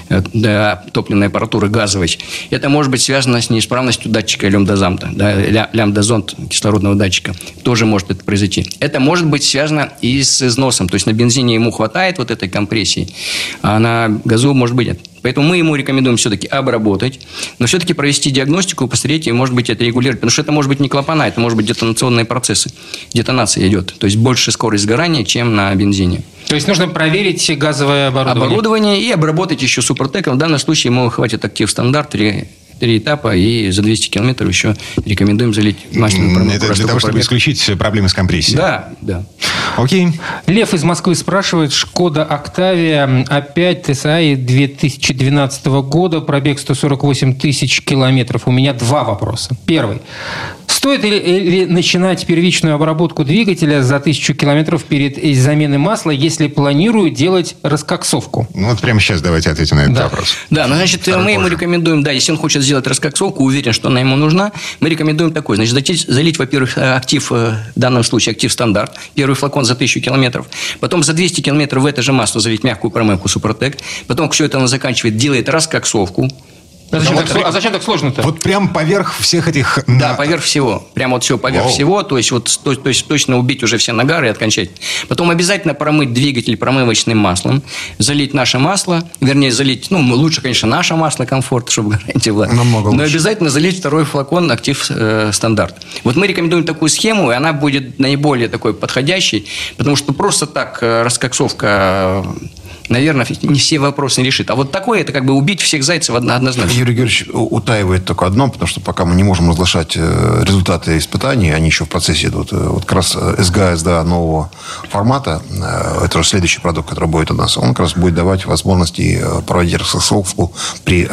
да, топливной аппаратуры газовой. Это может быть связано с неисправностью датчика лямбдазонта, да, лямбдазонт кислородного датчика. Тоже может это произойти. Это может быть связано и с износом. То есть на бензине ему хватает вот этой компрессии, а на газу может быть нет. Поэтому мы ему рекомендуем все-таки обработать, но все-таки провести диагностику, посмотреть и, может быть, это регулировать. Потому что это может быть не клапана, это может быть детонационные процессы. Детонация идет. То есть больше скорость сгорания, чем на бензине. То есть нужно проверить газовое оборудование. Оборудование и обработать еще супротеком. В данном случае ему хватит актив стандарт, три, три этапа, и за двести километров еще рекомендуем залить масляную промывку. Это для того, чтобы пробег. исключить проблемы с компрессией? Да, да. Окей. Лев из Москвы спрашивает. Шкода Октавия опять ТСА две тысячи двенадцатого года, пробег сто сорок восемь тысяч километров. У меня два вопроса. Первый. Стоит ли начинать первичную обработку двигателя за тысячу километров перед заменой масла, если планирую делать раскоксовку? Ну, вот прямо сейчас давайте ответим на этот да. вопрос. Да, ну, значит, Второй мы позже. ему рекомендуем, да, если он хочет сделать раскоксовку, уверен, что она ему нужна, мы рекомендуем такой. Значит, залить, залить во-первых, актив, в данном случае актив стандарт, первый флакон за тысячу километров, потом за двести километров в это же масло залить мягкую промывку Супротек, потом все это он заканчивает, делает раскоксовку. А зачем, так, а зачем так сложно-то? Вот прям поверх всех этих... Да, поверх всего. Прям вот все поверх Воу. всего. То есть, вот, то, то есть точно убить уже все нагары и окончательно. Потом обязательно промыть двигатель промывочным маслом. Залить наше масло. Вернее, залить... Ну, лучше, конечно, наше масло комфорт, чтобы гарантия была. Намного лучше. Но обязательно залить второй флакон актив э, стандарт. Вот мы рекомендуем такую схему, и она будет наиболее такой подходящей. Потому что просто так э, раскоксовка... наверное, не все вопросы не решит. А вот такое, это как бы убить всех зайцев однозначно. Юрий Георгиевич утаивает только одно, потому что пока мы не можем разглашать результаты испытаний, они еще в процессе идут. Вот как раз эс гэ а эс дэ а нового формата, это уже следующий продукт, который будет у нас, он как раз будет давать возможности проводить раскоксовку при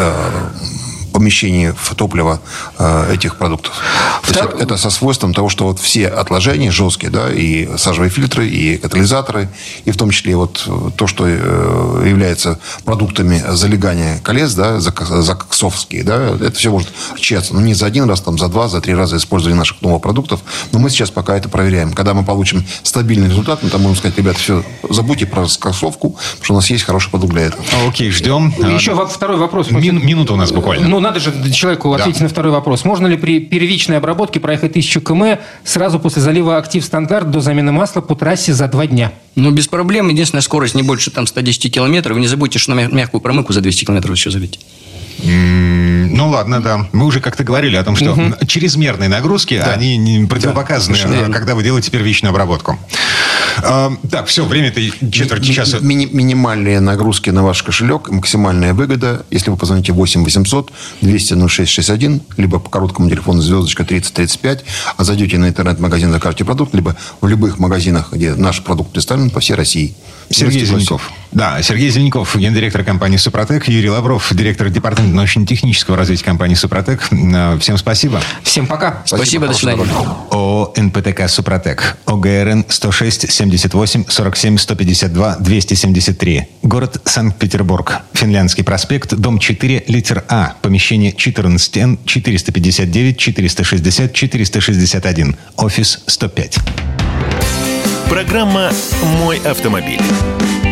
помещении в топливо э, этих продуктов. Втор... Это со свойством того, что вот все отложения жесткие, да, и сажевые фильтры, и катализаторы, и в том числе вот то, что э, является продуктами залегания колес, да, закоксовские, да, это все может очищаться. Ну, не за один раз, там, за два, за три раза использования наших новых продуктов. Но мы сейчас пока это проверяем. Когда мы получим стабильный результат, мы там можем сказать, ребята, все, забудьте про раскоксовку, потому что у нас есть хороший продукт для этого. Окей, ждем. Еще второй вопрос. Мин, минута у нас буквально. Ну, надо же человеку ответить да. на второй вопрос. Можно ли при первичной обработке проехать тысячу километров сразу после залива актив стандарт до замены масла по трассе за два дня? Ну, без проблем. Единственная скорость не больше там сто десять километров. Вы не забудьте, что на мягкую промывку за двести километров еще залить. Mm, ну, ладно, да. Мы уже как-то говорили о том, что uh-huh. чрезмерные нагрузки, да. они противопоказаны, да, когда вы делаете первичную обработку. А, так, все, время-то четверть часа. Ми- ми- минимальные нагрузки на ваш кошелек, максимальная выгода, если вы позвоните восемь восемьсот двести ноль шесть шестьдесят один, либо по короткому телефону звездочка тридцать тридцать пять, а зайдете на интернет-магазин, закажете продукт, либо в любых магазинах, где наш продукт представлен по всей России. Сергей Зеленков. Да, Сергей Зеленков, гендиректор компании «Супротек», Юрий Лавров, директор департамента научно-технического развития компании «Супротек». Всем спасибо. Всем пока. Спасибо, до свидания. ООО «эн пэ тэ ка «Супротек». ОГРН сто шесть семьдесят восемь сорок семь сто пятьдесят два двести семьдесят три. Город Санкт-Петербург. Финляндский проспект, дом четыре, литер А. Помещение четырнадцать Н четыреста пятьдесят девять четыреста шестьдесят четыреста шестьдесят один. Офис сто пять. Программа «Мой автомобиль».